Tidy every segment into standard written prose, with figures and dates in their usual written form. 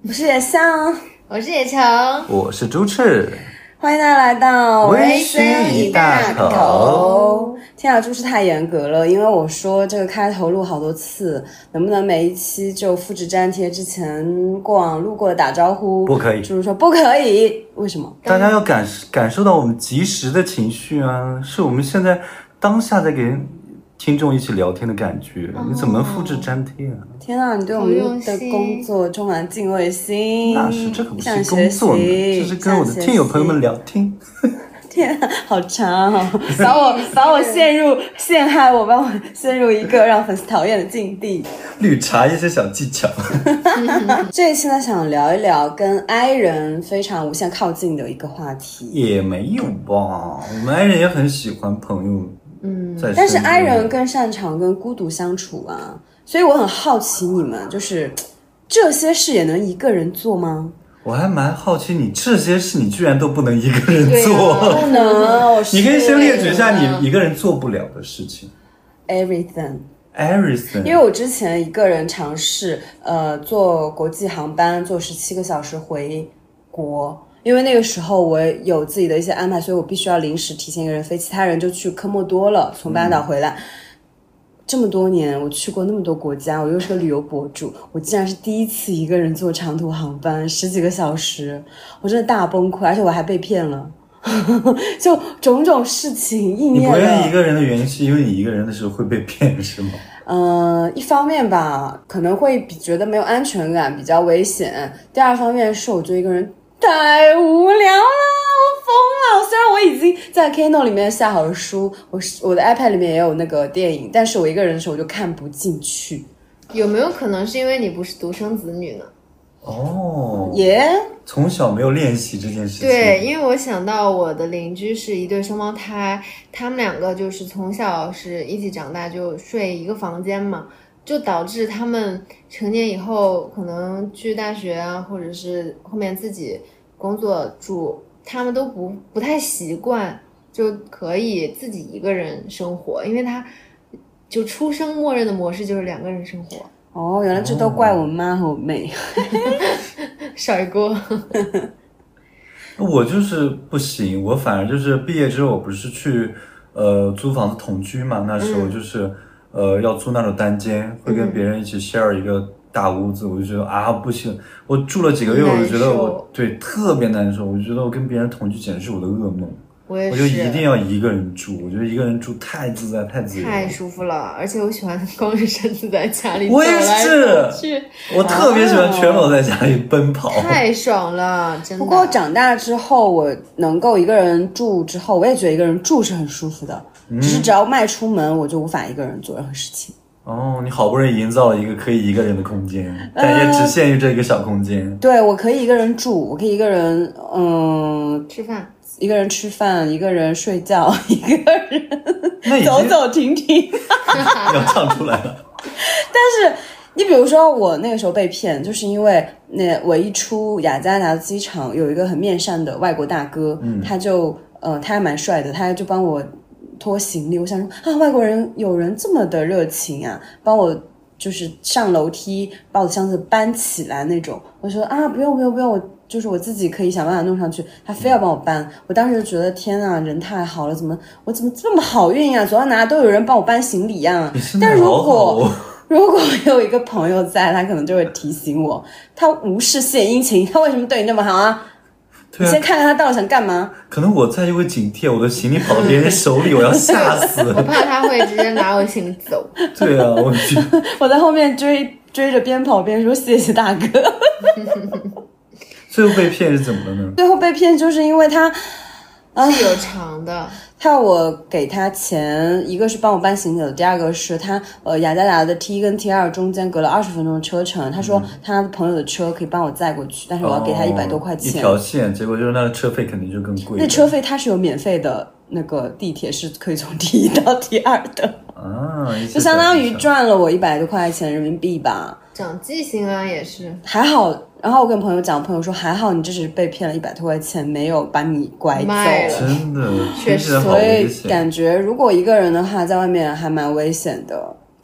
我是野象， 我是野球， 我是猪翅， 欢迎大家来到微醺一大口。 天啊，猪翅太严格了，因为我说这个开头录好多次，能不能每一期就复制粘贴之前过往路过的打招呼？ 不可以， 猪翅说不可以，为什么？ 大家要感受到我们及时的情绪啊，是我们现在当下在给听众一起聊天的感觉，你怎么能复制粘贴啊？ 天啊，你对我们的工作充满敬畏心。 那是，这可不是工作呢，这是跟我的听友朋友们聊天。 天啊，好长哦，把我陷害我，把我陷入一个让粉丝讨厌的境地。 绿茶一些小技巧。 这一期呢，想聊一聊跟 I 人非常无限靠近的一个话题。 也没有吧，我们 I 人也很喜欢朋友。 但是 I 人更擅长跟孤独相处啊，所以我很好奇你们，就是这些事也能一个人做吗？ 我还蛮好奇，你这些事你居然都不能一个人做， 不能。 你可以先列举一下你一个人做不了的事情。 Everything， 因为我之前一个人尝试坐国际航班，坐17个小时回国。因为那个时候我有自己的一些安排，所以我必须要临时提前一个人飞，其他人就去科莫多了，从巴厘岛回来。这么多年我去过那么多国家，我又是个旅游博主，我竟然是第一次一个人坐长途航班10几个小时，我真的大崩溃，而且我还被骗了。就种种事情应验了。 你不愿意一个人的原因是因为你一个人的时候会被骗是吗？ 一方面吧，可能会觉得没有安全感，比较危险。第二方面是我觉得一个人太无聊了，我疯了。虽然我已经在 Kindle 里面下好了书，我的 iPad 里面也有那个电影，但是我一个人的时候我就看不进去。 有没有可能是因为你不是独生子女呢？ 哦，从小没有练习这件事情。 对，因为我想到我的邻居是一对双胞胎，他们两个就是从小是一起长大，就睡一个房间嘛，就导致他们成年以后可能去大学啊，或者是后面自己工作住，他们都不太习惯就可以自己一个人生活，因为他就出生默认的模式就是2个人生活。 哦，原来这都怪我妈和我妹。 甩锅。 我就是不行，我反而就是毕业之后我不是去租房子同居嘛，那时候就是要租那种单间，会跟别人一起 share 一个大屋子，我就觉得啊不行，我住了几个月我就觉得我对特别难受，我就觉得我跟别人同居简直是我的噩梦。 我也是， 我就一定要一个人住，我觉得一个人住太自在太自由太舒服了，而且我喜欢光着身子在家里我也是，我特别喜欢全裸在家里奔跑， 太爽了，真的。 不过长大之后我能够一个人住之后，我也觉得一个人住是很舒服的，只是只要迈出门我就无法一个人做任何事情。 哦，你好不容易营造了一个可以一个人的空间，但也只限于这一个小空间。 对，我可以一个人住，我可以一个人吃饭， 一个人吃饭，一个人睡觉，一个人走走停停。 要唱出来了。 但是你比如说我那个时候被骗，就是因为我一出雅加达机场，有一个很面善的外国大哥，他就他还蛮帅的，他就帮我拖行李。我想说啊，外国人有人这么的热情啊，帮我就是上楼梯把我的箱子搬起来那种。我说啊，不用，我自己可以想办法弄上去，他非要帮我搬。我当时就觉得天啊，人太好了，我怎么这么好运啊，走到哪都有人帮我搬行李啊。但如果有一个朋友在，他可能就会提醒我，他无事献殷勤，他为什么对你那么好啊？你先看看他到底想干嘛。 可能我在就会警惕，我的行李跑到别人手里，我要吓死。 我怕他会直接拿我行李走。 对啊， 我在后面追着边跑边说谢谢大哥。 最后被骗是怎么了呢？ 最后被骗就是因为他是有偿的， 他要我给他钱，一个是帮我搬行李的，第二个是他雅加达的 T1跟 T2 中间隔了20分钟的车程，他说他朋友的车可以帮我载过去，但是我要给他100多块钱， 一条线，结果就是那个车费肯定就更贵。 那车费他是有免费的，那个地铁是可以从 T1 到 T2 的啊，就相当于赚了我100多块钱人民币吧。 长记性啊，也是还好。然后我跟朋友讲，朋友说还好你这只是被骗了100多块钱，没有把你拐走。 真的， 确实， 所以感觉如果一个人的话，在外面还蛮危险的。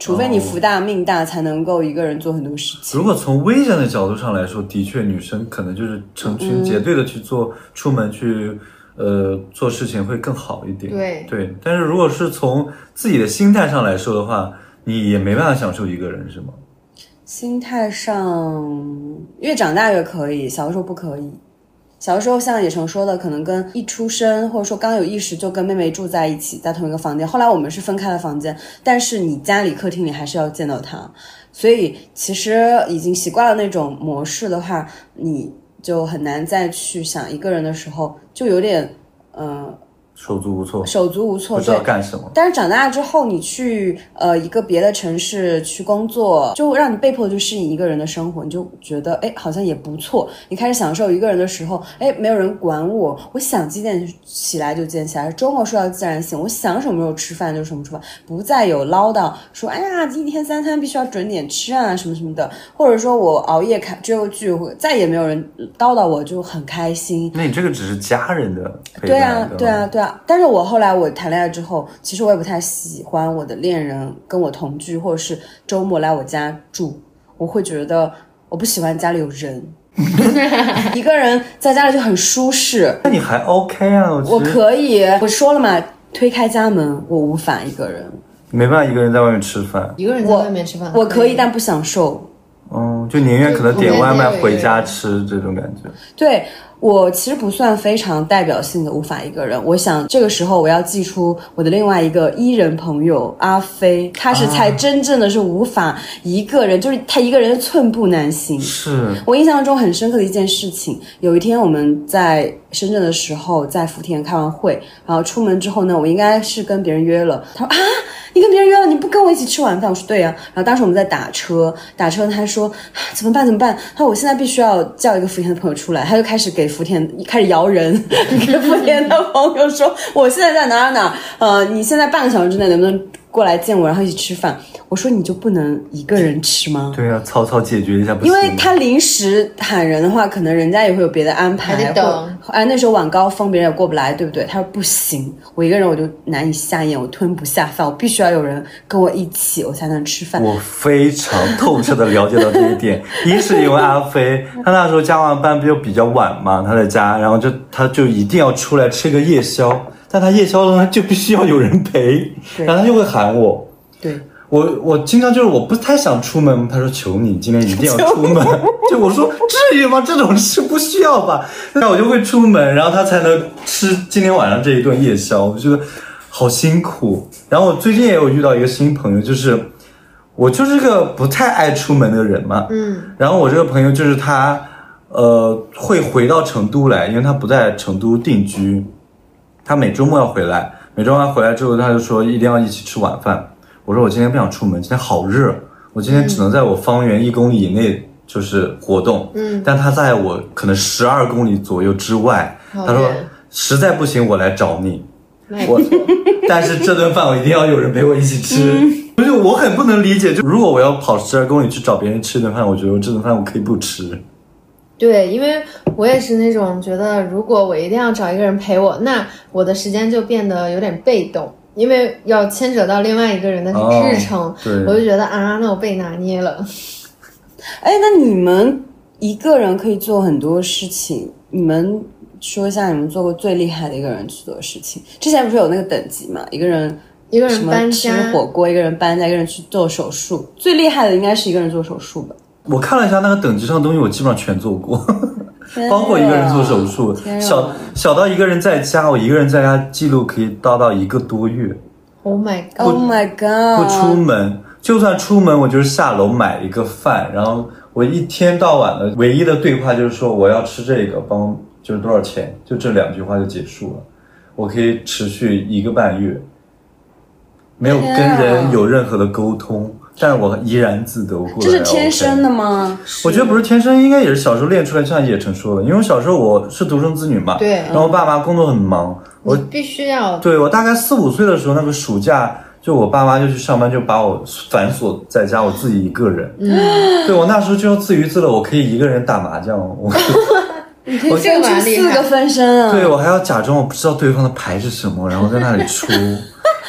除非你福大命大，才能够一个人做很多事情。 如果从危险的角度上来说，的确女生可能就是成群结队的去出门去做事情会更好一点。对，但是如果是从自己的心态上来说的话，你也没办法享受一个人，是吗？ 心态上越长大越可以，小的时候不可以。小的时候像野成说的，可能跟一出生或者说刚有意识就跟妹妹住在一起，在同一个房间。后来我们是分开了房间，但是你家里客厅里还是要见到她，所以其实已经习惯了那种模式的话，你就很难再去想一个人的时候，就有点手足无措， 不知道干什么。 但是长大之后，你去一个别的城市去工作，就让你被迫去适应一个人的生活，你就觉得好像也不错。你开始享受一个人的时候，没有人管我，我想几点起来就几点起来，周末睡到自然醒，我想什么时候吃饭就什么吃饭，不再有唠叨说一天3餐必须要准点吃啊什么什么的，或者说我熬夜追个剧，再也没有人叨叨我，就很开心。 那你这个只是家人的陪伴。对啊。但是我后来我谈恋爱之后，其实我也不太喜欢我的恋人跟我同居，或者是周末来我家住，我会觉得我不喜欢家里有人一个人在家里就很舒适。 那你还 OK 啊？ 我可以，我说了嘛，推开家门我无法一个人， 没办法一个人在外面吃饭。 一个人在外面吃饭我可以，但不享受。 就宁愿可能点外卖回家吃这种感觉。 对，我其实不算非常代表性的无法一个人。我想这个时候我要寄出我的另外一个伊人朋友阿飞，他是才真正的是无法一个人，就是他一个人寸步难行。 是我印象中很深刻的一件事情，有一天我们在深圳的时候，在福田开完会，然后出门之后呢，我应该是跟别人约了，他说你跟别人约了，你不跟我一起吃晚饭？我说对啊。然后当时我们在打车，他说怎么办？他说我现在必须要叫一个福田的朋友出来，他就开始给福田开始摇人，给福田的朋友说我现在在哪，你现在半个小时之内能不能过来见我，然后一起吃饭？我说你就不能一个人吃吗？ 对啊，草草解决一下不行。 因为他临时喊人的话，可能人家也会有别的安排， 还得等。 那时候晚高峰，别人也过不来，对不对？他说不行，我一个人我就难以下咽，我吞不下饭，我必须要有人跟我一起，我才能吃饭。 我非常透彻的了解到这一点。一是因为阿飞，他那时候加完班不就比较晚嘛，他在家，然后他就一定要出来吃个夜宵，但他夜宵呢就必须要有人陪，然后他就会喊我。 对。 我经常就是我不太想出门，他说求你今天一定要出门，就我说至于吗？这种事不需要吧？那我就会出门，然后他才能吃今天晚上这一顿夜宵，我觉得好辛苦。然后我最近也有遇到一个新朋友，就是我就是个不太爱出门的人嘛，然后我这个朋友就是他会回到成都来，因为他不在成都定居，他每周末要回来，每周末回来之后他就说一定要一起吃晚饭。我说我今天不想出门，今天好热，我今天只能在我方圆1公里以内就是活动，但他在我可能12公里左右之外，他说实在不行我来找你，但是这顿饭我一定要有人陪我一起吃。所以我很不能理解，就如果我要跑12公里去找别人吃顿饭，我觉得这顿饭我可以不吃。 对，因为我也是那种觉得如果我一定要找一个人陪我，那我的时间就变得有点被动，因为要牵扯到另外一个人的日程，我就觉得那我被拿捏了。 那你们一个人可以做很多事情，你们说一下你们做过最厉害的一个人去做的事情。之前不是有那个等级嘛，一个人搬家， 吃火锅，一个人搬家，一个人去做手术。最厉害的应该是一个人做手术吧。 我看了一下那个等级上的东西，我基本上全做过，包括一个人做手术，小到一个人在家，我一个人在家记录可以到1个多月。 Oh my god！ 不出门，就算出门，我就是下楼买一个饭，然后我一天到晚的唯一的对话就是说我要吃这个，就是多少钱，就这2句话就结束了。我可以持续1个半月，没有跟人有任何的沟通。但是我依然自得过来。 这是天生的吗？ 我觉得不是天生，应该也是小时候练出来。像叶晨说的，因为我小时候我是独生子女嘛， 对， 然后我爸妈工作很忙，我必须要。 对，我大概4、5岁的时候，那个暑假就我爸妈就去上班，就把我反锁在家，我自己一个人。对，我那时候就要自娱自乐，我可以一个人打麻将， 你可以分出4个分身啊。 对，我还要假装我不知道对方的牌是什么，然后在那里出。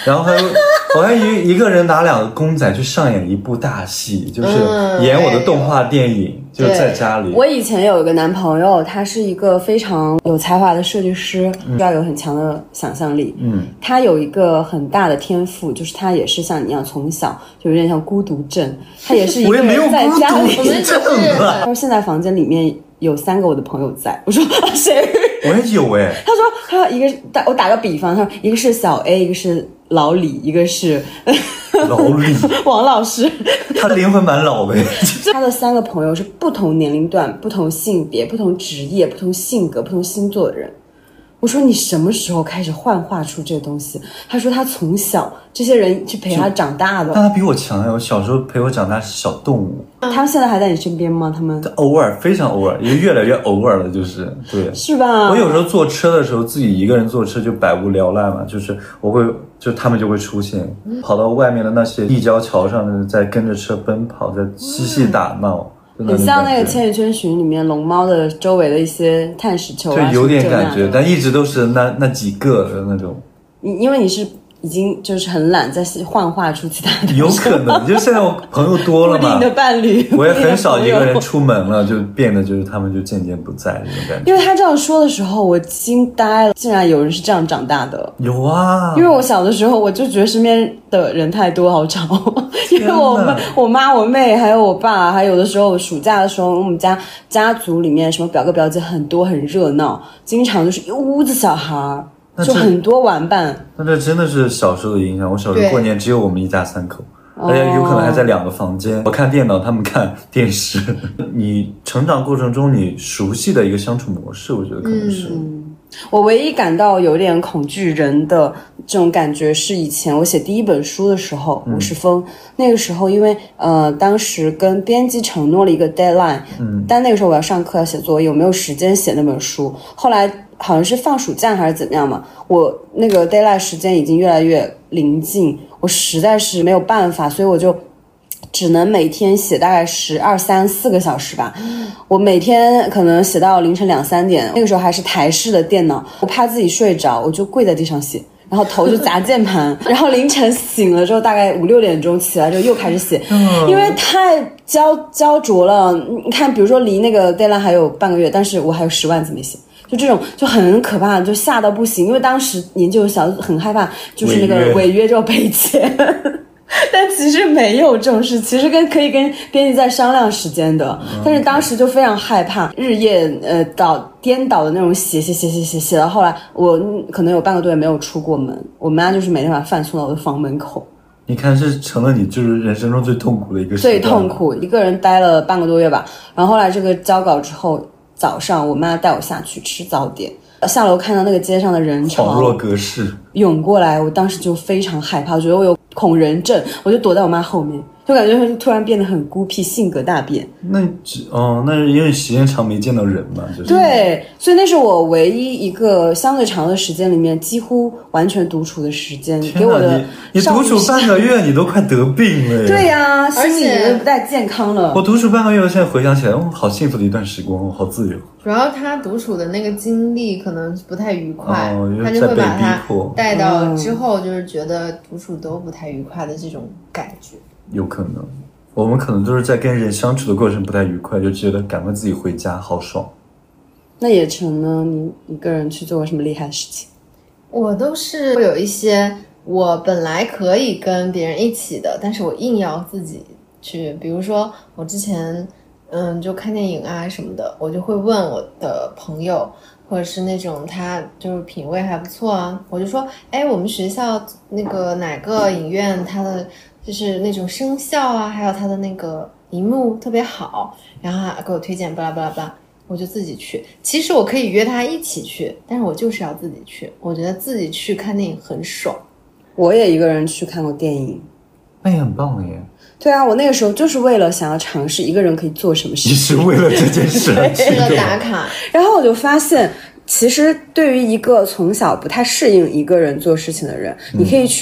然后我还一个人拿2个公仔去上演一部大戏，就是演我的动画电影，就在家里。 我以前有一个男朋友，他是一个非常有才华的设计师，需要有很强的想象力。他有一个很大的天赋，就是他也是像你一样从小就有点像孤独症，他也是一个人在家里。 我们只是他说现在房间里面有3个我的朋友在，我说谁？ 我也有哎。 他说一个我打个比方，他说一个是小 A， 一个是老李，一个是老李王老师， 他灵魂蛮老的。 他的3个朋友是不同年龄段、不同性别、不同职业、不同性格、不同星座的人。我说你什么时候开始幻化出这个东西？他说他从小这些人去陪他长大的。 但他比我强呀！我小时候陪我长大是小动物。 他们现在还在你身边吗？他们偶尔，非常偶尔，也越来越偶尔了，就是对， 是吧？ 我有时候坐车的时候，自己一个人坐车就百无聊赖嘛，就是他们就会出现，跑到外面的那些立交桥上，在跟着车奔跑，在嬉戏打闹。 很像那个《千与千寻》里面龙猫的周围的一些探石球啊， 就有点感觉，但一直都是那几个的那种。 因为你是已经就是很懒，在幻化出其他的。 有可能，就现在我朋友多了嘛， 固定的伴侣， 我也很少一个人出门了，就变得就是他们就渐渐不在这种感觉。 因为他这样说的时候，我惊呆了，竟然有人是这样长大的。 有啊， 因为我小的时候，我就觉得身边的人太多，好吵。因为我妈、我妹还有我爸，还有的时候暑假的时候，我们家族里面什么表哥表姐很多，很热闹，经常就是一屋子小孩。就很多玩伴。 那这真的是小时候的影响。我小时候过年只有我们一家3口，而且有可能还在2个房间，我看电脑，他们看电视。你成长过程中你熟悉的一个相处模式，我觉得可能是。 我唯一感到有点恐惧人的这种感觉是以前我写第1本书的时候，50封，那个时候因为当时跟编辑承诺了一个 deadline，但那个时候我要上课要写作业，我没有时间写那本书。后来好像是放暑假还是怎么样嘛，我那个 deadline 时间已经越来越临近，我实在是没有办法，所以我就只能每天写大概12、3、4个小时吧。我每天可能写到凌晨2、3点，那个时候还是台式的电脑，我怕自己睡着，我就跪在地上写，然后头就砸键盘，然后凌晨醒了之后大概5、6点钟起来之后又开始写，因为太焦灼了。你看比如说离那个 deadline 还有半个月，但是我还有10万字没写，就这种就很可怕，就吓到不行。因为当时年纪又小，很害怕就是那个违约就要赔钱。但其实没有这种事，其实可以跟编辑在商量时间的，但是当时就非常害怕，日夜颠倒的那种写到后来，我可能有半个多月没有出过门，我妈就是每天把饭送到我的房门口。 你看，是成了你就是人生中最痛苦的一个时段。 最痛苦，一个人待了半个多月吧。然后后来这个交稿之后，早上我妈带我下去吃早点，下楼看到那个街上的人潮恍若隔世涌过来，我当时就非常害怕，我觉得我有恐人症，我就躲在我妈后面，就感觉突然变得很孤僻，性格大变。 那是因为时间长没见到人嘛，就是对，所以那是我唯一一个相对长的时间里面几乎完全独处的时间。给我的你独处半个月，你都快得病了耶。 对呀，心理都不太健康了。 我独处半个月，我现在回想起来，好幸福的一段时光，好自由。 主要他独处的那个经历可能不太愉快，他就会把他带到之后，就是觉得独处都不太愉快的这种感觉。 有可能，我们可能都是在跟人相处的过程不太愉快，就觉得赶快自己回家，好爽。 那野成呢？你一个人去做过什么厉害的事情？ 我都是会有一些我本来可以跟别人一起的，但是我硬要自己去。比如说我之前就看电影啊什么的，我就会问我的朋友，或者是那种他就是品味还不错啊，我就说，我们学校那个哪个影院它的就是那种声效啊，还有它的那个荧幕特别好，然后他给我推荐巴拉巴拉巴拉，我就自己去。其实我可以约他一起去，但是我就是要自己去，我觉得自己去看电影很爽。 我也一个人去看过电影， 那也很棒耶。 对啊，我那个时候就是为了想要尝试一个人可以做什么事情， 你是为了这件事为了打卡。 然后我就发现其实对于一个从小不太适应一个人做事情的人，你可以去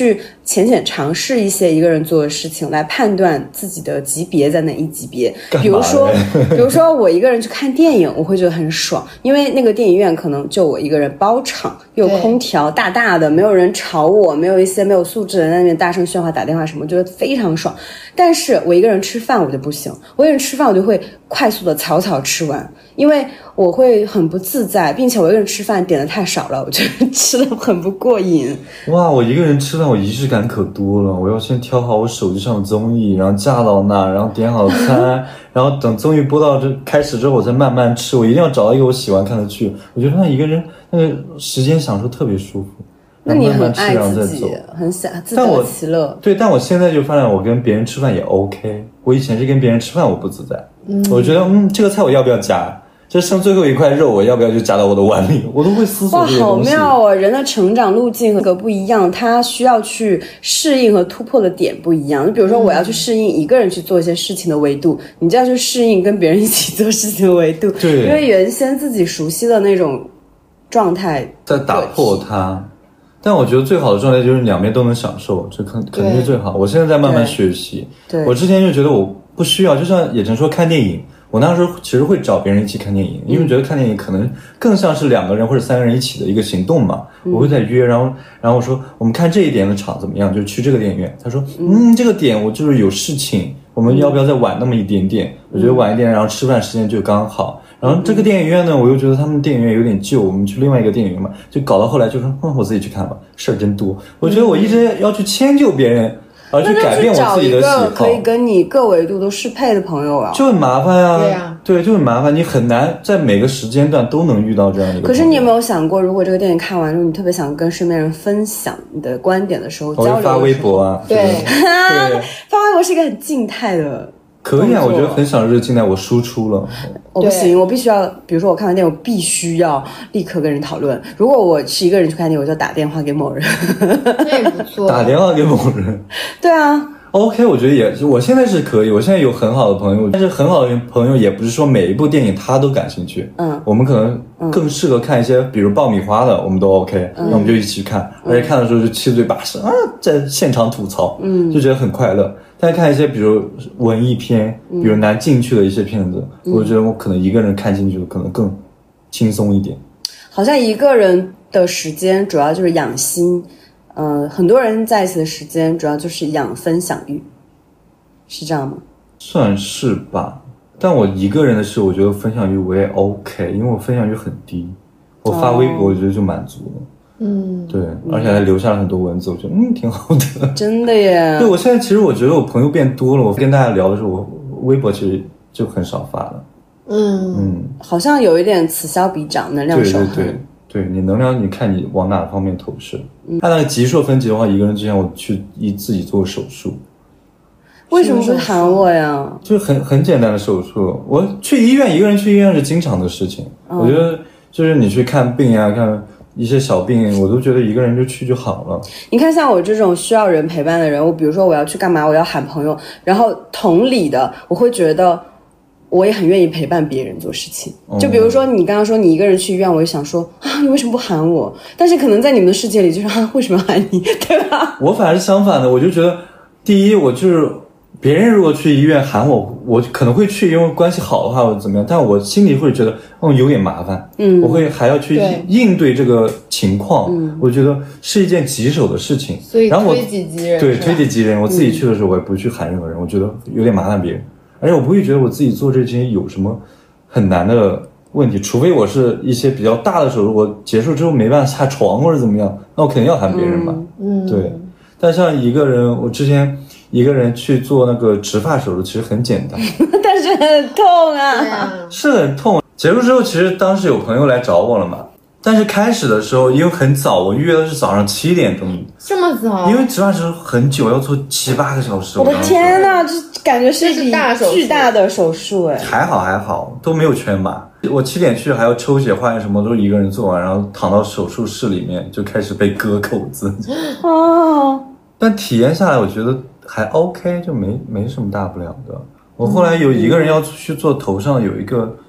浅浅尝试一些一个人做的事情，来判断自己的级别在哪一级别。比如说我一个人去看电影，我会觉得很爽，因为那个电影院可能就我一个人包场，又有空调大大的，没有人吵我，没有一些没有素质的人在那边大声喧哗打电话什么，觉得非常爽。但是我一个人吃饭我就不行，我一个人吃饭我就会快速的草草吃完，因为我会很不自在，并且我一个人吃饭点的太少了，我觉得吃的很不过瘾。 哇，我一个人吃饭我仪式感可多了，我要先挑好我手机上的综艺，然后架到那，然后点好餐然后等综艺播到这开始之后我再慢慢吃，我一定要找到一个我喜欢看的剧。我觉得那一个人那个时间享受特别舒服。 那你很爱自己，很想自得其乐。 对，但我现在就发现我跟别人吃饭也 OK。我以前是跟别人吃饭我不自在，我觉得这个菜我要不要加？这剩最后一块肉，我要不要就加到我的碗里？我都会思索这些东西。 哇，好妙哦！人的成长路径和不一样，他需要去适应和突破的点不一样。就比如说，我要去适应一个人去做一些事情的维度，你就要去适应跟别人一起做事情的维度。 对， 因为原先自己熟悉的那种状态， 在打破它。但我觉得最好的状态就是两边都能享受，这肯定是最好。我现在在慢慢学习。 对， 我之前就觉得我不需要，就像野晨说看电影，我那时候其实会找别人一起看电影，因为觉得看电影可能更像是2个人或者3个人一起的一个行动嘛。我会在约，然后我说我们看这一点的场怎么样，就去这个电影院。他说这个点我就是有事情，我们要不要再晚那么一点点？我觉得晚一点，然后吃饭时间就刚好。然后这个电影院呢，我又觉得他们电影院有点旧，我们去另外一个电影院嘛，就搞到后来就说我自己去看吧，事儿真多。我觉得我一直要去迁就别人，而去改变我自己的喜好。 那就找一个可以跟你各维度都适配的朋友啊， 就很麻烦啊。对，就很麻烦，你很难在每个时间段都能遇到这样一个。 可是你有没有想过，如果这个电影看完之后，你特别想跟身边人分享你的观点的时候，交流的时候， 发微博啊， 对，发微博是一个很静态的。 可以啊，我觉得很享受这个静态，我输出了。 我不行，我必须要，比如说我看完电影，我必须要立刻跟人讨论。如果我是一个人去看电影，我就打电话给某人。 那也不错。 打电话给某人。 对啊。 OK， 我觉得也，我现在是可以，我现在有很好的朋友，但是很好的朋友也不是说每一部电影他都感兴趣。我们可能更适合看一些，比如爆米花的，我们都 OK，那我们就一起去看，而且看的时候就七嘴八舌啊，在现场吐槽，就觉得很快乐。但看一些比如文艺片，比如难进去的一些片子，我觉得我可能一个人看进去可能更轻松一点。 好像一个人的时间主要就是养心。很多人在一起的时间主要就是养分享欲，是这样吗？ 算是吧，但我一个人的时候，我觉得分享欲我也 OK， 因为我分享欲很低，我发微博我觉得就满足了。对，而且还留下了很多文字，我觉得挺好的。 真的耶。 对，我现在其实我觉得我朋友变多了，我跟大家聊的时候，我微博其实就很少发了。 好像有一点此消彼长，能量守恒。 对，你能量，你看你往哪方面投射。按那个级数分级的话，一个人之前我去自己做过手术。 为什么不喊我呀？ 就是很简单的手术，我去医院，一个人去医院是经常的事情。我觉得就是你去看病啊，看一些小病，我都觉得一个人就去就好了。 你看像我这种需要人陪伴的人，我比如说我要去干嘛，我要喊朋友，然后同理的我会觉得我也很愿意陪伴别人做事情。就比如说你刚刚说你一个人去医院，我就想说你为什么不喊我？但是可能在你们的世界里就是为什么要喊你，对吧？ 我反而是相反的，我就觉得第一，我就是别人如果去医院喊我，我可能会去，因为关系好的话或者怎么样，但我心里会觉得有点麻烦。我会还要去应对这个情况。我觉得是一件棘手的事情。 所以推己及人。 对，推己及人。我自己去的时候，我也不去喊任何人，我觉得有点麻烦别人。而且我不会觉得我自己做这些有什么很难的问题，除非我是一些比较大的手术，我结束之后没办法下床或者怎么样，那我肯定要喊别人嘛。对。但像一个人，我之前一个人去做那个植发手术，其实很简单， 但是很痛啊。 是很痛。结束之后，其实当时有朋友来找我了嘛。但是开始的时候，因为很早，我预约的是早上7点钟。这么早？ 因为植发手术很久，要做7、8个小时。 我的天哪，这感觉是一笔巨大的手术哎。 还好，都没有全麻。我7点去，还要抽血化验什么，都一个人做完，然后躺到手术室里面就开始被割口子。但体验下来，我觉得还 OK， 就没什么大不了的。我后来有一个人要去做头上有一个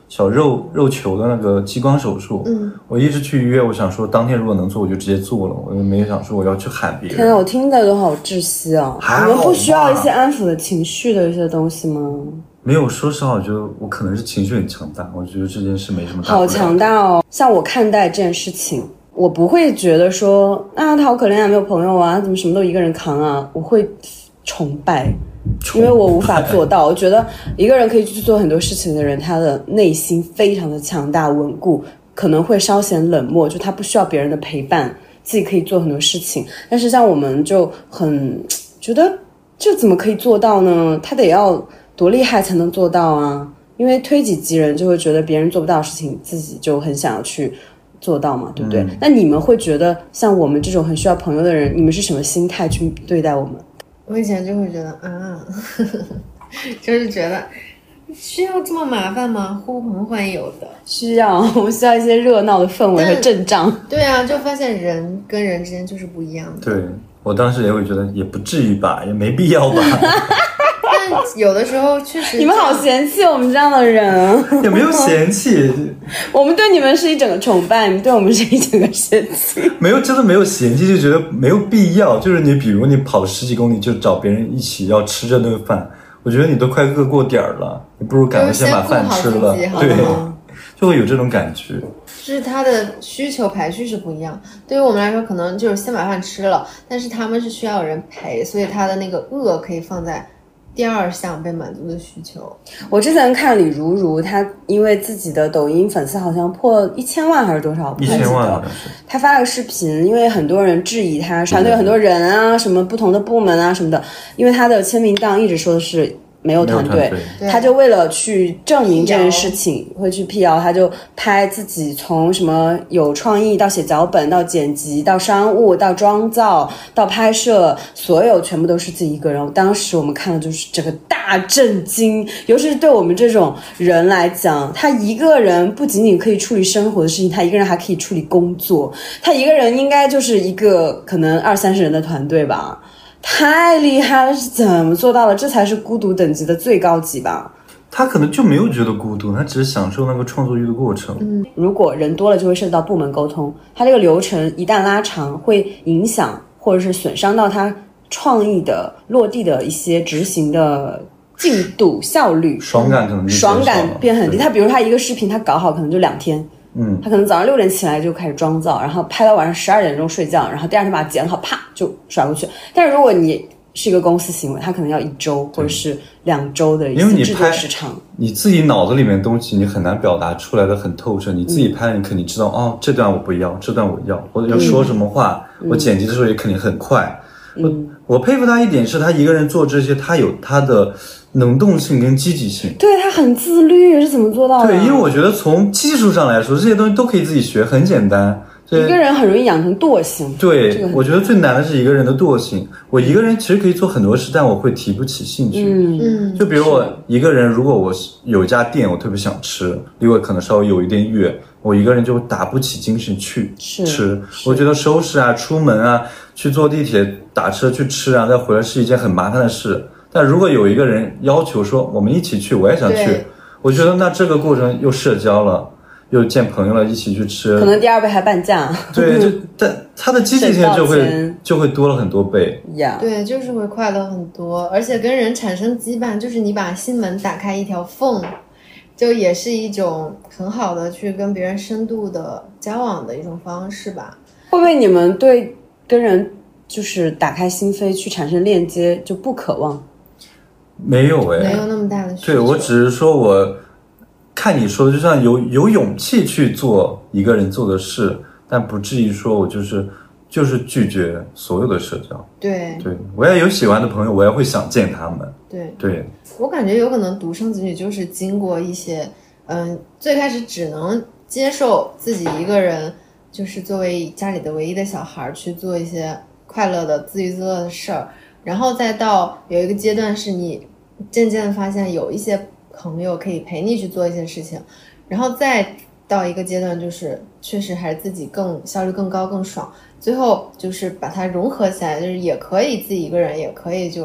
小肉球的那个激光手术，我一直去预约，我想说当天如果能做我就直接做了，我也没想说我要去喊别人。 天啊，我听的都好窒息啊！你们不需要一些安抚的情绪的一些东西吗？ 没有，说实话，我觉得我可能是情绪很强大，我觉得这件事没什么大不了。 好强大哦！像我看待这件事情，我不会觉得说啊他好可怜啊，没有朋友啊，怎么什么都一个人扛啊，我会崇拜。因为我无法做到，我觉得一个人可以去做很多事情的人，他的内心非常的强大稳固，可能会稍显冷漠，就他不需要别人的陪伴，自己可以做很多事情。但是像我们就很觉得这怎么可以做到呢？他得要多厉害才能做到啊？因为推己及人，就会觉得别人做不到的事情，自己就很想要去做到嘛，对不对？那你们会觉得像我们这种很需要朋友的人，你们是什么心态去对待我们？ 我以前就会觉得就是觉得需要这么麻烦吗？呼朋唤友的需要，我们需要一些热闹的氛围和阵仗。 对啊，就发现人跟人之间就是不一样的。 对，我当时也会觉得也不至于吧，也没必要吧。 但有的时候确实， 你们好嫌弃我们这样的人。 也没有嫌弃， 我们对你们是一整个崇拜，你们对我们是一整个嫌弃。 没有，真的没有嫌弃，就觉得没有必要。就是你比如你跑了10几公里，就找别人一起要吃这顿饭，我觉得你都快饿过点儿了，你不如赶快先把饭吃了。对，就会有这种感觉。 就是他的需求排序是不一样，对于我们来说可能就是先把饭吃了，但是他们是需要有人陪，所以他的那个饿可以放在第二项被满足的需求。我之前看李如如，她因为自己的抖音粉丝好像破1000万还是多少 ，1000万好像是。 她发了个视频，因为很多人质疑她，团队有很多人啊，什么不同的部门啊什么的，因为她的签名档一直说的是没有团队，他就为了去证明这件事情，会去辟谣，他就拍自己从什么有创意到写脚本到剪辑到商务到妆造到拍摄，所有全部都是自己一个人。当时我们看的就是整个大震惊，尤其是对我们这种人来讲，他一个人不仅仅可以处理生活的事情，他一个人还可以处理工作，他一个人应该就是一个可能20-30人的团队吧。太厉害了，是怎么做到的？这才是孤独等级的最高级吧。 他可能就没有觉得孤独，他只是享受那个创作欲的过程。 如果人多了就会涉及到部门沟通，他这个流程一旦拉长，会影响或者是损伤到他创意的落地的一些执行的进度效率， 爽感可能爽感变很低。他比如他一个视频他搞好可能就2天，他可能早上6点起来就开始妆造，然后拍到晚上12点钟睡觉，然后第二天把它剪好，啪就甩过去。但是如果你是一个公司行为，它可能要1周或者是2周的一次制作时长。 你自己脑子里面的东西你很难表达出来的很透彻，你自己拍你肯定知道，哦，这段我不要，这段我要，或者要说什么话，我剪辑的时候也肯定很快。我佩服他一点是他一个人做这些，他有他的能动性跟积极性。 对，他很自律，是怎么做到的？ 对，因为我觉得从技术上来说，这些东西都可以自己学，很简单。 一个人很容易养成惰性。 对，我觉得最难的是一个人的惰性。我一个人其实可以做很多事，但我会提不起兴趣。就比如我一个人，如果我有一家店我特别想吃，离我可能稍微有一点远，我一个人就打不起精神去吃。我觉得收拾啊、出门啊、去坐地铁、打车去吃啊，再回来是一件很麻烦的事。但如果有一个人要求说我们一起去，我也想去，我觉得那这个过程又社交了。又见朋友了，一起去吃， 可能第2杯还半价。 对，但他的积极性就会多了很多倍。 对，就是会快乐很多，而且跟人产生羁绊，就是你把心门打开一条缝，就也是一种很好的去跟别人深度的交往的一种方式吧。 会不会你们对跟人就是打开心扉去产生链接就不渴望？ 没有没有那么大的需求。 对，我只是说我看你说的，就像有勇气去做一个人做的事，但不至于说我就是拒绝所有的社交。 对， 我也有喜欢的朋友，我也会想见他们。对， 我感觉有可能独生子女就是经过一些，最开始只能接受自己一个人，就是作为家里的唯一的小孩去做一些快乐的自娱自乐的事儿，然后再到有一个阶段是你渐渐的发现有一些朋友可以陪你去做一些事情，然后再到一个阶段就是确实还是自己更效率更高更爽，最后就是把它融合起来，就是也可以自己一个人，也可以就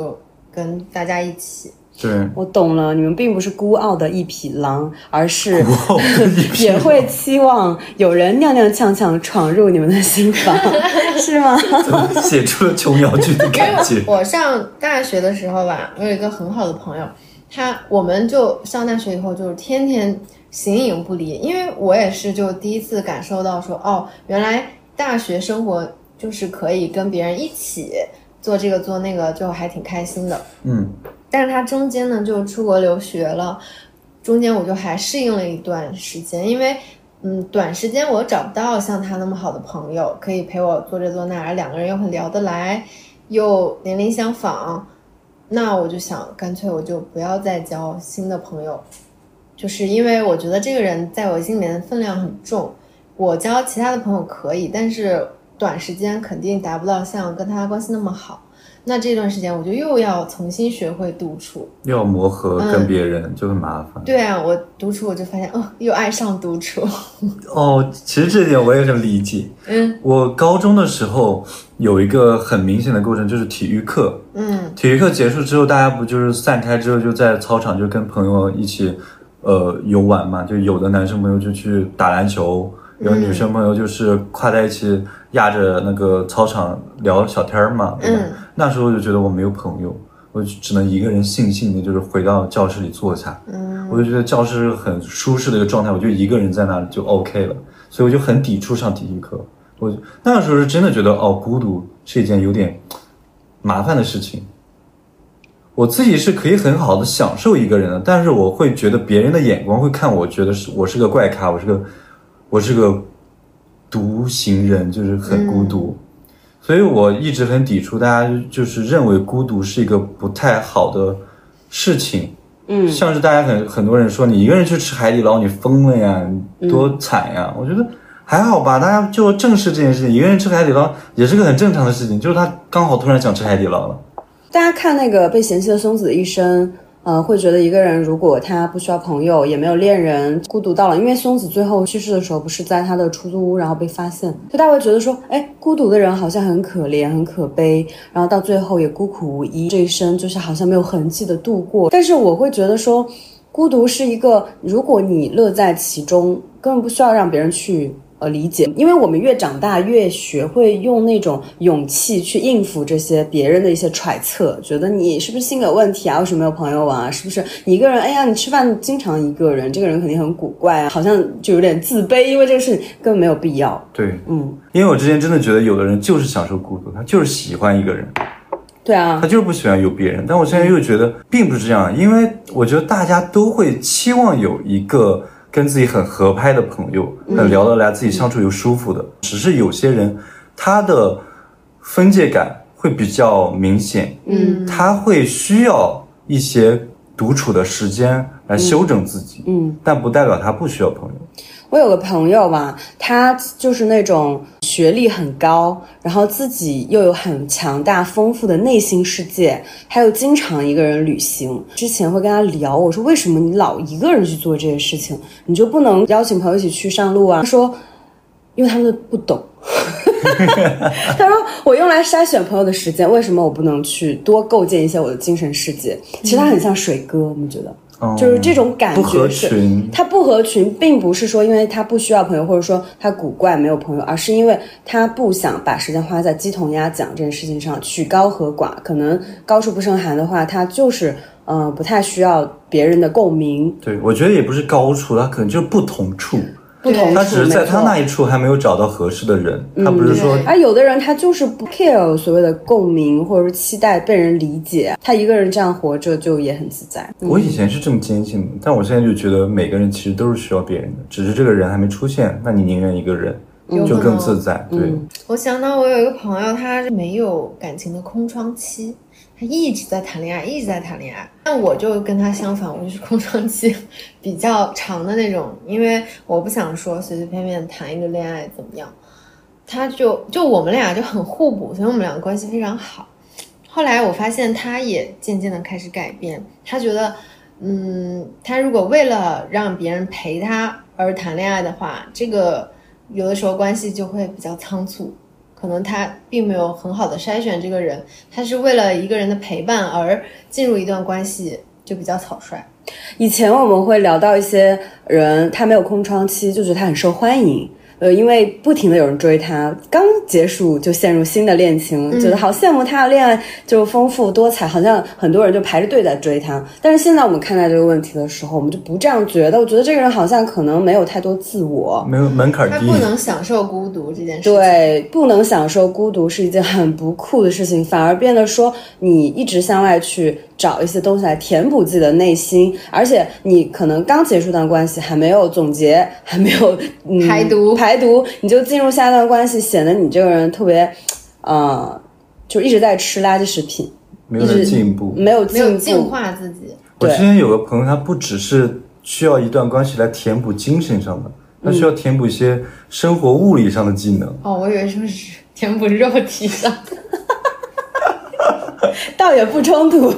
跟大家一起。 对， 我懂了，你们并不是孤傲的一匹狼，而是孤傲的一匹也会期望有人踉踉跄跄闯入你们的心房，是吗？ 怎么写出了琼瑶剧的感觉？ 我上大学的时候吧，我有一个很好的朋友，我们就上大学以后就是天天形影不离，因为我也是就第一次感受到说，哦，原来大学生活就是可以跟别人一起做这个做那个，就还挺开心的。但是他中间呢就出国留学了，中间我就还适应了一段时间，因为短时间我找不到像他那么好的朋友可以陪我做这做那，而两个人又很聊得来，又年龄相仿，那我就想干脆我就不要再交新的朋友，就是因为我觉得这个人在我心里面的分量很重，我交其他的朋友可以，但是短时间肯定达不到像跟他关系那么好。那这段时间我就又要重新学会独处， 又要磨合跟别人，就很麻烦。 对啊，我独处我就发现又爱上独处。 其实这点我也很理解。我高中的时候有一个很明显的过程，就是体育课。体育课结束之后，大家不就是散开之后就在操场就跟朋友一起游玩嘛，就有的男生朋友就去打篮球，有女生朋友就是跨在一起压着那个操场聊小天嘛，对吧？那时候就觉得我没有朋友，我就只能一个人悻悻的就是回到教室里坐下。我就觉得教室很舒适的一个状态，我就一个人在那里就 OK 了，所以我就很抵触上体育课。我那时候是真的觉得孤独是一件有点麻烦的事情。我自己是可以很好的享受一个人的，但是我会觉得别人的眼光会看我，觉得我是个怪咖，我是个独行人，就是很孤独。所以我一直很抵触大家就是认为孤独是一个不太好的事情。像是大家很多人说你一个人去吃海底捞你疯了呀，你多惨呀。我觉得还好吧，大家就正视这件事情，一个人吃海底捞也是个很正常的事情，就是他刚好突然想吃海底捞了。 大家看那个被嫌弃的松子的一生，会觉得一个人如果他不需要朋友，也没有恋人，孤独到了。因为松子最后去世的时候，不是在他的出租屋，然后被发现，就大家会觉得说，孤独的人好像很可怜，很可悲，然后到最后也孤苦无依，这一生就是好像没有痕迹的度过。但是我会觉得说，孤独是一个，如果你乐在其中，根本不需要让别人去理解，因为我们越长大越学会用那种勇气去应付这些别人的一些揣测，觉得你是不是性格有问题啊，为什么没有朋友啊，是不是你一个人，你吃饭经常一个人，这个人肯定很古怪啊，好像就有点自卑，因为这个事根本没有必要。 对，因为我之前真的觉得有的人就是享受孤独，他就是喜欢一个人。 对啊， 他就是不喜欢有别人。但我现在又觉得并不是这样，因为我觉得大家都会期望有一个跟自己很合拍的朋友，很聊得来，自己相处又舒服的。只是有些人他的分界感会比较明显，他会需要一些独处的时间来修整自己，但不代表他不需要朋友。 我有个朋友吧，他就是那种学历很高，然后自己又有很强大丰富的内心世界，还有经常一个人旅行。之前会跟他聊，我说为什么你老一个人去做这些事情，你就不能邀请朋友一起去上路啊？他说因为他们不懂。他说我用来筛选朋友的时间，为什么我不能去多构建一些我的精神世界？其实他很像水哥，我们觉得就是这种感觉， 不合群。 他不合群并不是说因为他不需要朋友，或者说他古怪没有朋友，而是因为他不想把时间花在鸡同鸭讲这件事情上，取高和寡。可能高处不胜寒的话，他就是不太需要别人的共鸣。 对，我觉得也不是高处，他可能就是不同处。 不同处， 他只是在他那一处还没有找到合适的人，他不是说。 而有的人他就是不 care 所谓的共鸣，或者是期待被人理解，他一个人这样活着就也很自在。 我以前是这么坚信的，但我现在就觉得每个人其实都是需要别人的，只是这个人还没出现，那你宁愿一个人就更自在。对， 我想到我有一个朋友，他是没有感情的空窗期，他一直在谈恋爱，一直在谈恋爱。但我就跟他相反，我就是空窗期比较长的那种，因为我不想说随随便便谈一个恋爱怎么样。他就我们俩就很互补，所以我们两个关系非常好。后来我发现他也渐渐的开始改变，他觉得他如果为了让别人陪他而谈恋爱的话，这个有的时候关系就会比较仓促， 可能他并没有很好的筛选这个人，他是为了一个人的陪伴而进入一段关系，就比较草率。 以前我们会聊到一些人，他没有空窗期，就觉得他很受欢迎。因为不停的有人追他，刚结束就陷入新的恋情，觉得好羡慕他的恋爱就丰富多彩，好像很多人就排着队在追他。但是现在我们看待这个问题的时候，我们就不这样觉得。我觉得这个人好像可能没有太多自我， 没有门槛低， 他不能享受孤独这件事情。 对，不能享受孤独是一件很不酷的事情，反而变得说你一直向外去找一些东西来填补自己的内心，而且你可能刚结束段关系，还没有总结，还没有排毒，你就进入下一段关系，显得你这个人特别就一直在吃垃圾食品， 没有进步， 没有净化自己。 我之前有个朋友，他不只是需要一段关系来填补精神上的，他需要填补一些生活物理上的技能。 我以为说是填补肉体上倒也不冲突。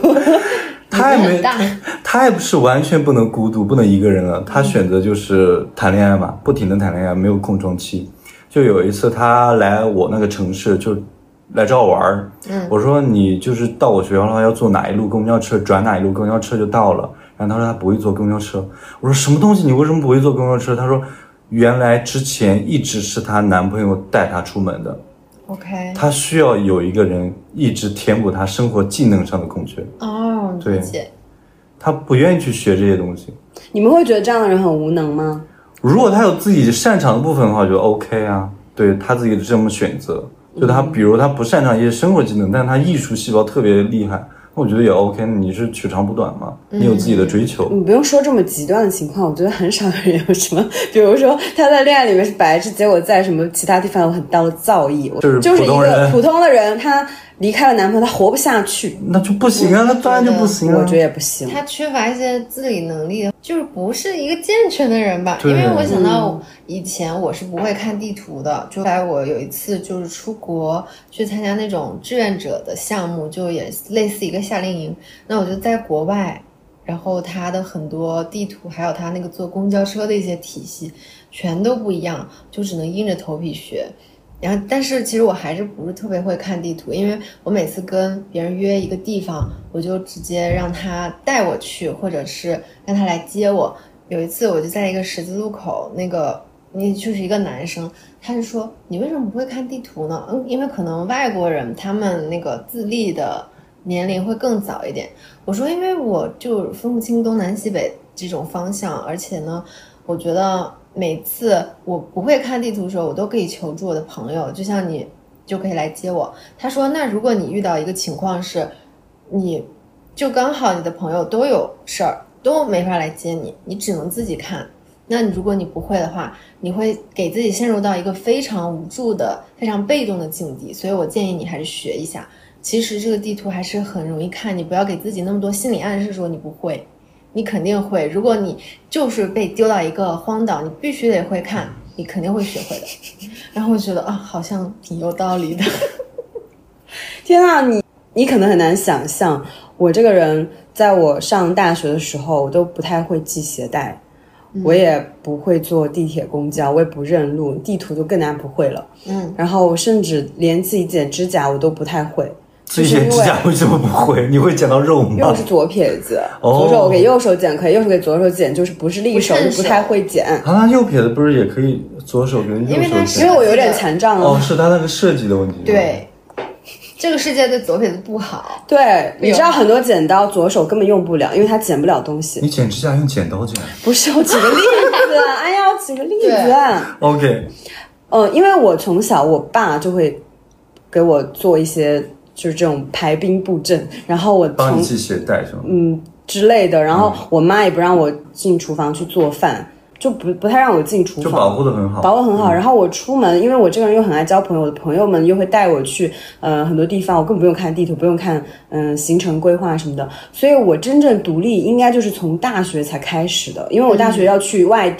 他也不是完全不能孤独，不能一个人了。他选择就是谈恋爱嘛，不停的谈恋爱，没有空窗期。就有一次他来我那个城市，就来找我玩。我说你就是到我学校的话，要坐哪一路公交车，转哪一路公交车就到了。然后他说他不会坐公交车。我说什么东西？你为什么不会坐公交车？他说原来之前一直是她男朋友带她出门的。 OK， 他需要有一个人一直填补他生活技能上的空缺。对，他不愿意去学这些东西。 你们会觉得这样的人很无能吗？ 如果他有自己擅长的部分的话，就 OK 啊。对他自己的这么选择，就他比如他不擅长一些生活技能，但是他艺术细胞特别厉害，我觉得也 OK。你是取长补短嘛，你有自己的追求。 你不用说这么极端的情况，我觉得很少有人有什么，比如说他在恋爱里面是白痴，结果在什么其他地方有很大的造诣，就是一个普通的人，他离开了男朋友，他活不下去， 那就不行啊，那当然就不行啊。 我觉得也不行， 他缺乏一些自理能力，就是不是一个健全的人吧。因为我想到以前我是不会看地图的，就来我有一次就是出国去参加那种志愿者的项目，就也类似一个夏令营。那我就在国外，然后他的很多地图还有他那个坐公交车的一些体系全都不一样，就只能硬着头皮学。然后但是其实我还是不是特别会看地图，因为我每次跟别人约一个地方，我就直接让他带我去，或者是让他来接我。有一次我就在一个十字路口，那就是一个男生，他就说你为什么不会看地图呢？因为可能外国人他们那个自立的年龄会更早一点。我说因为我就分不清东南西北这种方向，而且呢我觉得每次我不会看地图的时候，我都可以求助我的朋友，就像你就可以来接我。他说那如果你遇到一个情况是你就刚好你的朋友都有事儿，都没法来接你，你只能自己看，那如果你不会的话，你会给自己陷入到一个非常无助的非常被动的境地。所以我建议你还是学一下，其实这个地图还是很容易看，你不要给自己那么多心理暗示说你不会，你肯定会。如果你就是被丢到一个荒岛，你必须得会看，你肯定会学会的。然后我觉得好像挺有道理的。 天啊，你可能很难想象，我这个人在我上大学的时候，我都不太会系鞋带，我也不会坐地铁公交，我也不认路，地图就更加不会了。然后我甚至连自己剪指甲我都不太会。 自己剪指甲为什么不会？你会剪到肉吗？ 因为我是左撇子，左手给右手剪可以，右手给左手剪，就是不是利手就不太会剪。 那右撇子不是也可以左手跟右手剪？ 因为我有点残障了。 是他那个设计的问题。 对，这个世界对左撇子不好。 对，你知道很多剪刀左手根本用不了，因为它剪不了东西。 你剪指甲用剪刀剪？ 不是，我举个例子。哎呀，我举个例子。 OK。 因为我从小我爸就会给我做一些就是这种排兵布阵，然后我帮你系鞋带是吗？ 之类的，然后我妈也不让我进厨房去做饭，就不太让我进厨房， 就保护得很好， 保护很好。然后我出门，因为我这个人又很爱交朋友，我的朋友们又会带我去很多地方，我根本不用看地图，不用看行程规划什么的，所以我真正独立应该就是从大学才开始的，因为我大学要去外地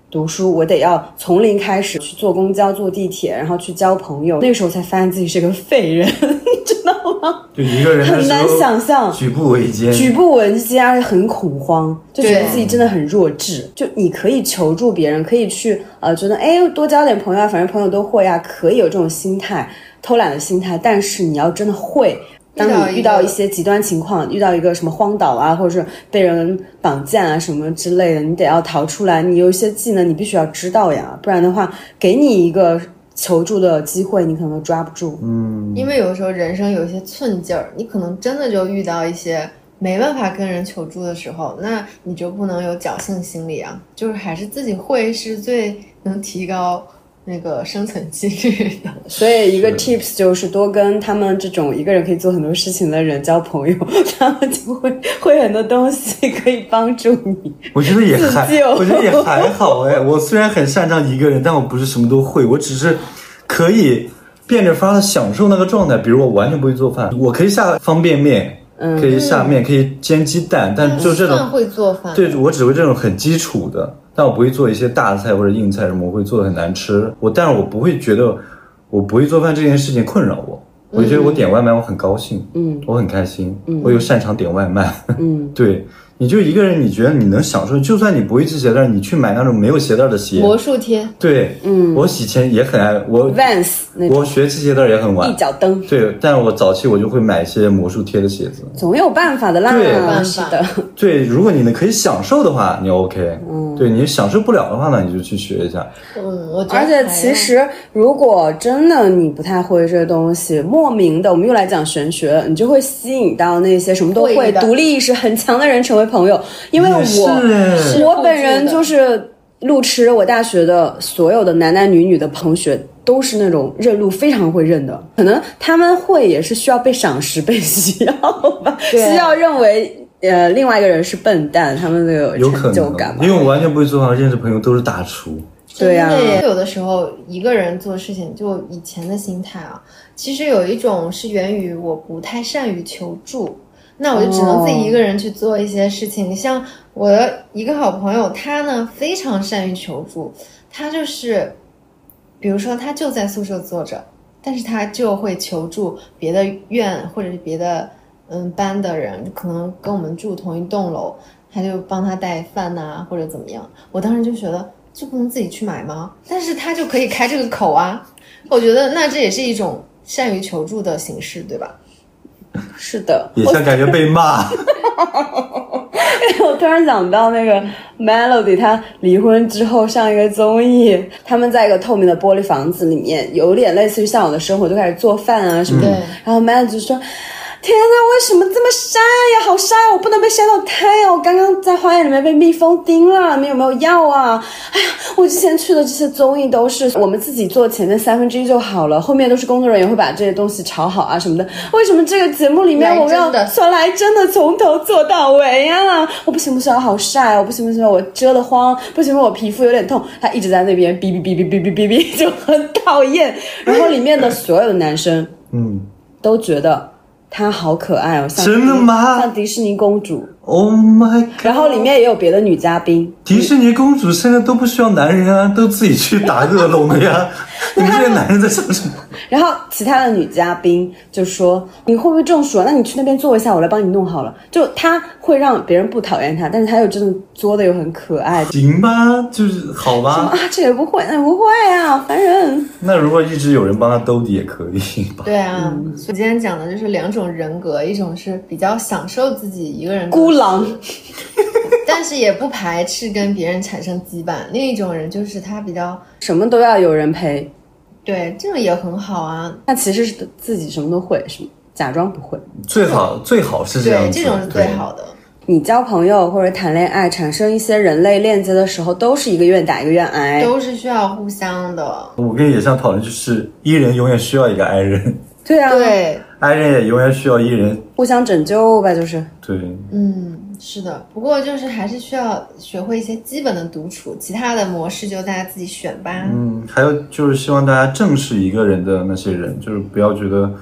读书，我得要从零开始去坐公交、坐地铁，然后去交朋友。那个时候才发现自己是个废人，你知道吗？ 就一个人很难想象， 举步维艰， 而且很恐慌，就觉得自己真的很弱智。就你可以求助别人，可以去觉得多交点朋友啊，反正朋友都会啊，可以有这种心态，偷懒的心态。但是你要真的会。当你遇到一些极端情况，遇到一个什么荒岛啊，或者是被人绑架啊什么之类的，你得要逃出来，你有一些技能你必须要知道呀，不然的话给你一个求助的机会你可能都抓不住。 因为有时候人生有一些寸劲儿，你可能真的就遇到一些没办法跟人求助的时候，那你就不能有侥幸心理啊，就是还是自己会是最能提高那个生存几率的。 所以一个 tips 就是多跟他们这种一个人可以做很多事情的人交朋友，他们就会很多东西可以帮助你。 我觉得也还好哎。我虽然很擅长一个人，但我不是什么都会，我只是可以变着法的享受那个状态。比如我完全不会做饭，我可以下方便面，可以下面，可以煎鸡蛋，但就这种会做饭。 对，我只会这种很基础的。但我不会做一些大菜或者硬菜什么，我会做的很难吃。但是我不会觉得我不会做饭这件事情困扰我。我就觉得我点外卖我很高兴，我很开心，我又擅长点外卖，对。你就一个人，你觉得你能享受，就算你不会系鞋带，你去买那种没有鞋带的鞋， 魔术贴， 对，我以前也很爱 Vans 我学系鞋带也很晚， 一脚蹬， 对，但是我早期我就会买一些魔术贴的鞋子， 总有办法的啦， 对， 是的， 对，如果你可以享受的话，你 OK，对，你享受不了的话呢，你就去学一下， 我觉得， 而且其实如果真的你不太会这东西，莫名的，我们又来讲玄学，你就会吸引到那些什么都会、独立意识很强的人成为朋友，因为我本人就是路痴，我大学的所有的男男女女的同学都是那种认路非常会认的，可能他们会也是需要被赏识、被需要吧，需要认为另外一个人是笨蛋，他们有成就感吧。 因为我完全不会做饭，认识朋友都是大厨。 对呀， 有的时候一个人做事情，就以前的心态啊，其实有一种是源于我不太善于求助。那我就只能自己一个人去做一些事情。像我的一个好朋友，他呢非常善于求助，他就是比如说他就在宿舍坐着，但是他就会求助别的院或者是别的班的人，可能跟我们住同一栋楼，他就帮他带饭啊或者怎么样。我当时就觉得就不能自己去买吗？但是他就可以开这个口啊，我觉得那这也是一种善于求助的形式，对吧？ 是的， 也像感觉被骂。 我突然想到那个 Melody， 她离婚之后上一个综艺，他们在一个透明的玻璃房子里面，有点类似于像我的生活，就开始做饭啊什么的。然后 Melody 就说：“天哪，为什么这么晒呀？好晒啊！我不能被晒到太阳。我刚刚在花园里面被蜜蜂叮了，你们有没有药啊？哎呀，我之前去的这些综艺都是我们自己做前面1/3就好了，后面都是工作人员会把这些东西炒好啊什么的。为什么这个节目里面我们要来真的从头做到尾呀？我不行，我好晒，我不行，我遮得慌，不行，我皮肤有点痛。他一直在那边哔哔哔哔哔哔哔哔，就很讨厌。然后里面的所有的男生，都觉得。”她好可爱哦， 真的吗？ 像迪士尼公主。 Oh my god！ 然后里面也有别的女嘉宾。 迪士尼公主现在都不需要男人啊，都自己去打恶龙了呀。你们这些男人在想什么？ 然后其他的女嘉宾就说：“你会不会中暑啊？那你去那边坐一下，我来帮你弄好了。”就她会让别人不讨厌她，但是她又真的作的又很可爱。 行吧，就是好吧。 什么啊？这也不会，那不会啊，烦人。 那如果一直有人帮她兜底也可以吧？ 对啊，所以今天讲的就是2种人格，一种是比较享受自己一个人孤狼， 但是也不排斥跟别人产生羁绊；另一种人就是他比较什么都要有人陪。 对，这个也很好啊。 他其实是自己什么都会，是吗？假装不会。 最好是这样子， 对，这种是最好的。 你交朋友或者谈恋爱，产生一些人类链接的时候，都是一个愿打一个愿挨， 都是需要互相的。 我跟野象讨论就是，一人永远需要一个 I 人。 对啊， 对 ，I 人也永远需要一人， 互相拯救吧，就是。 对， 是的。不过就是还是需要学会一些基本的独处，其他的模式就大家自己选吧。 还有就是希望大家正视一个人的那些人，就是不要觉得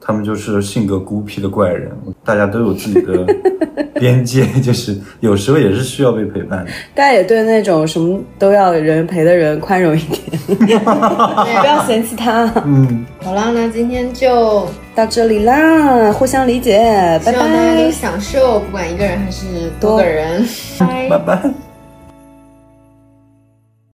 他们就是性格孤僻的怪人，大家都有自己的边界，就是有时候也是需要被陪伴的。 大家也对那种什么都要人陪的人宽容一点，不要嫌弃他。 好了，那今天就到这里啦，互相理解，拜拜。 希望大家都享受，不管一个人还是多个人。 拜拜。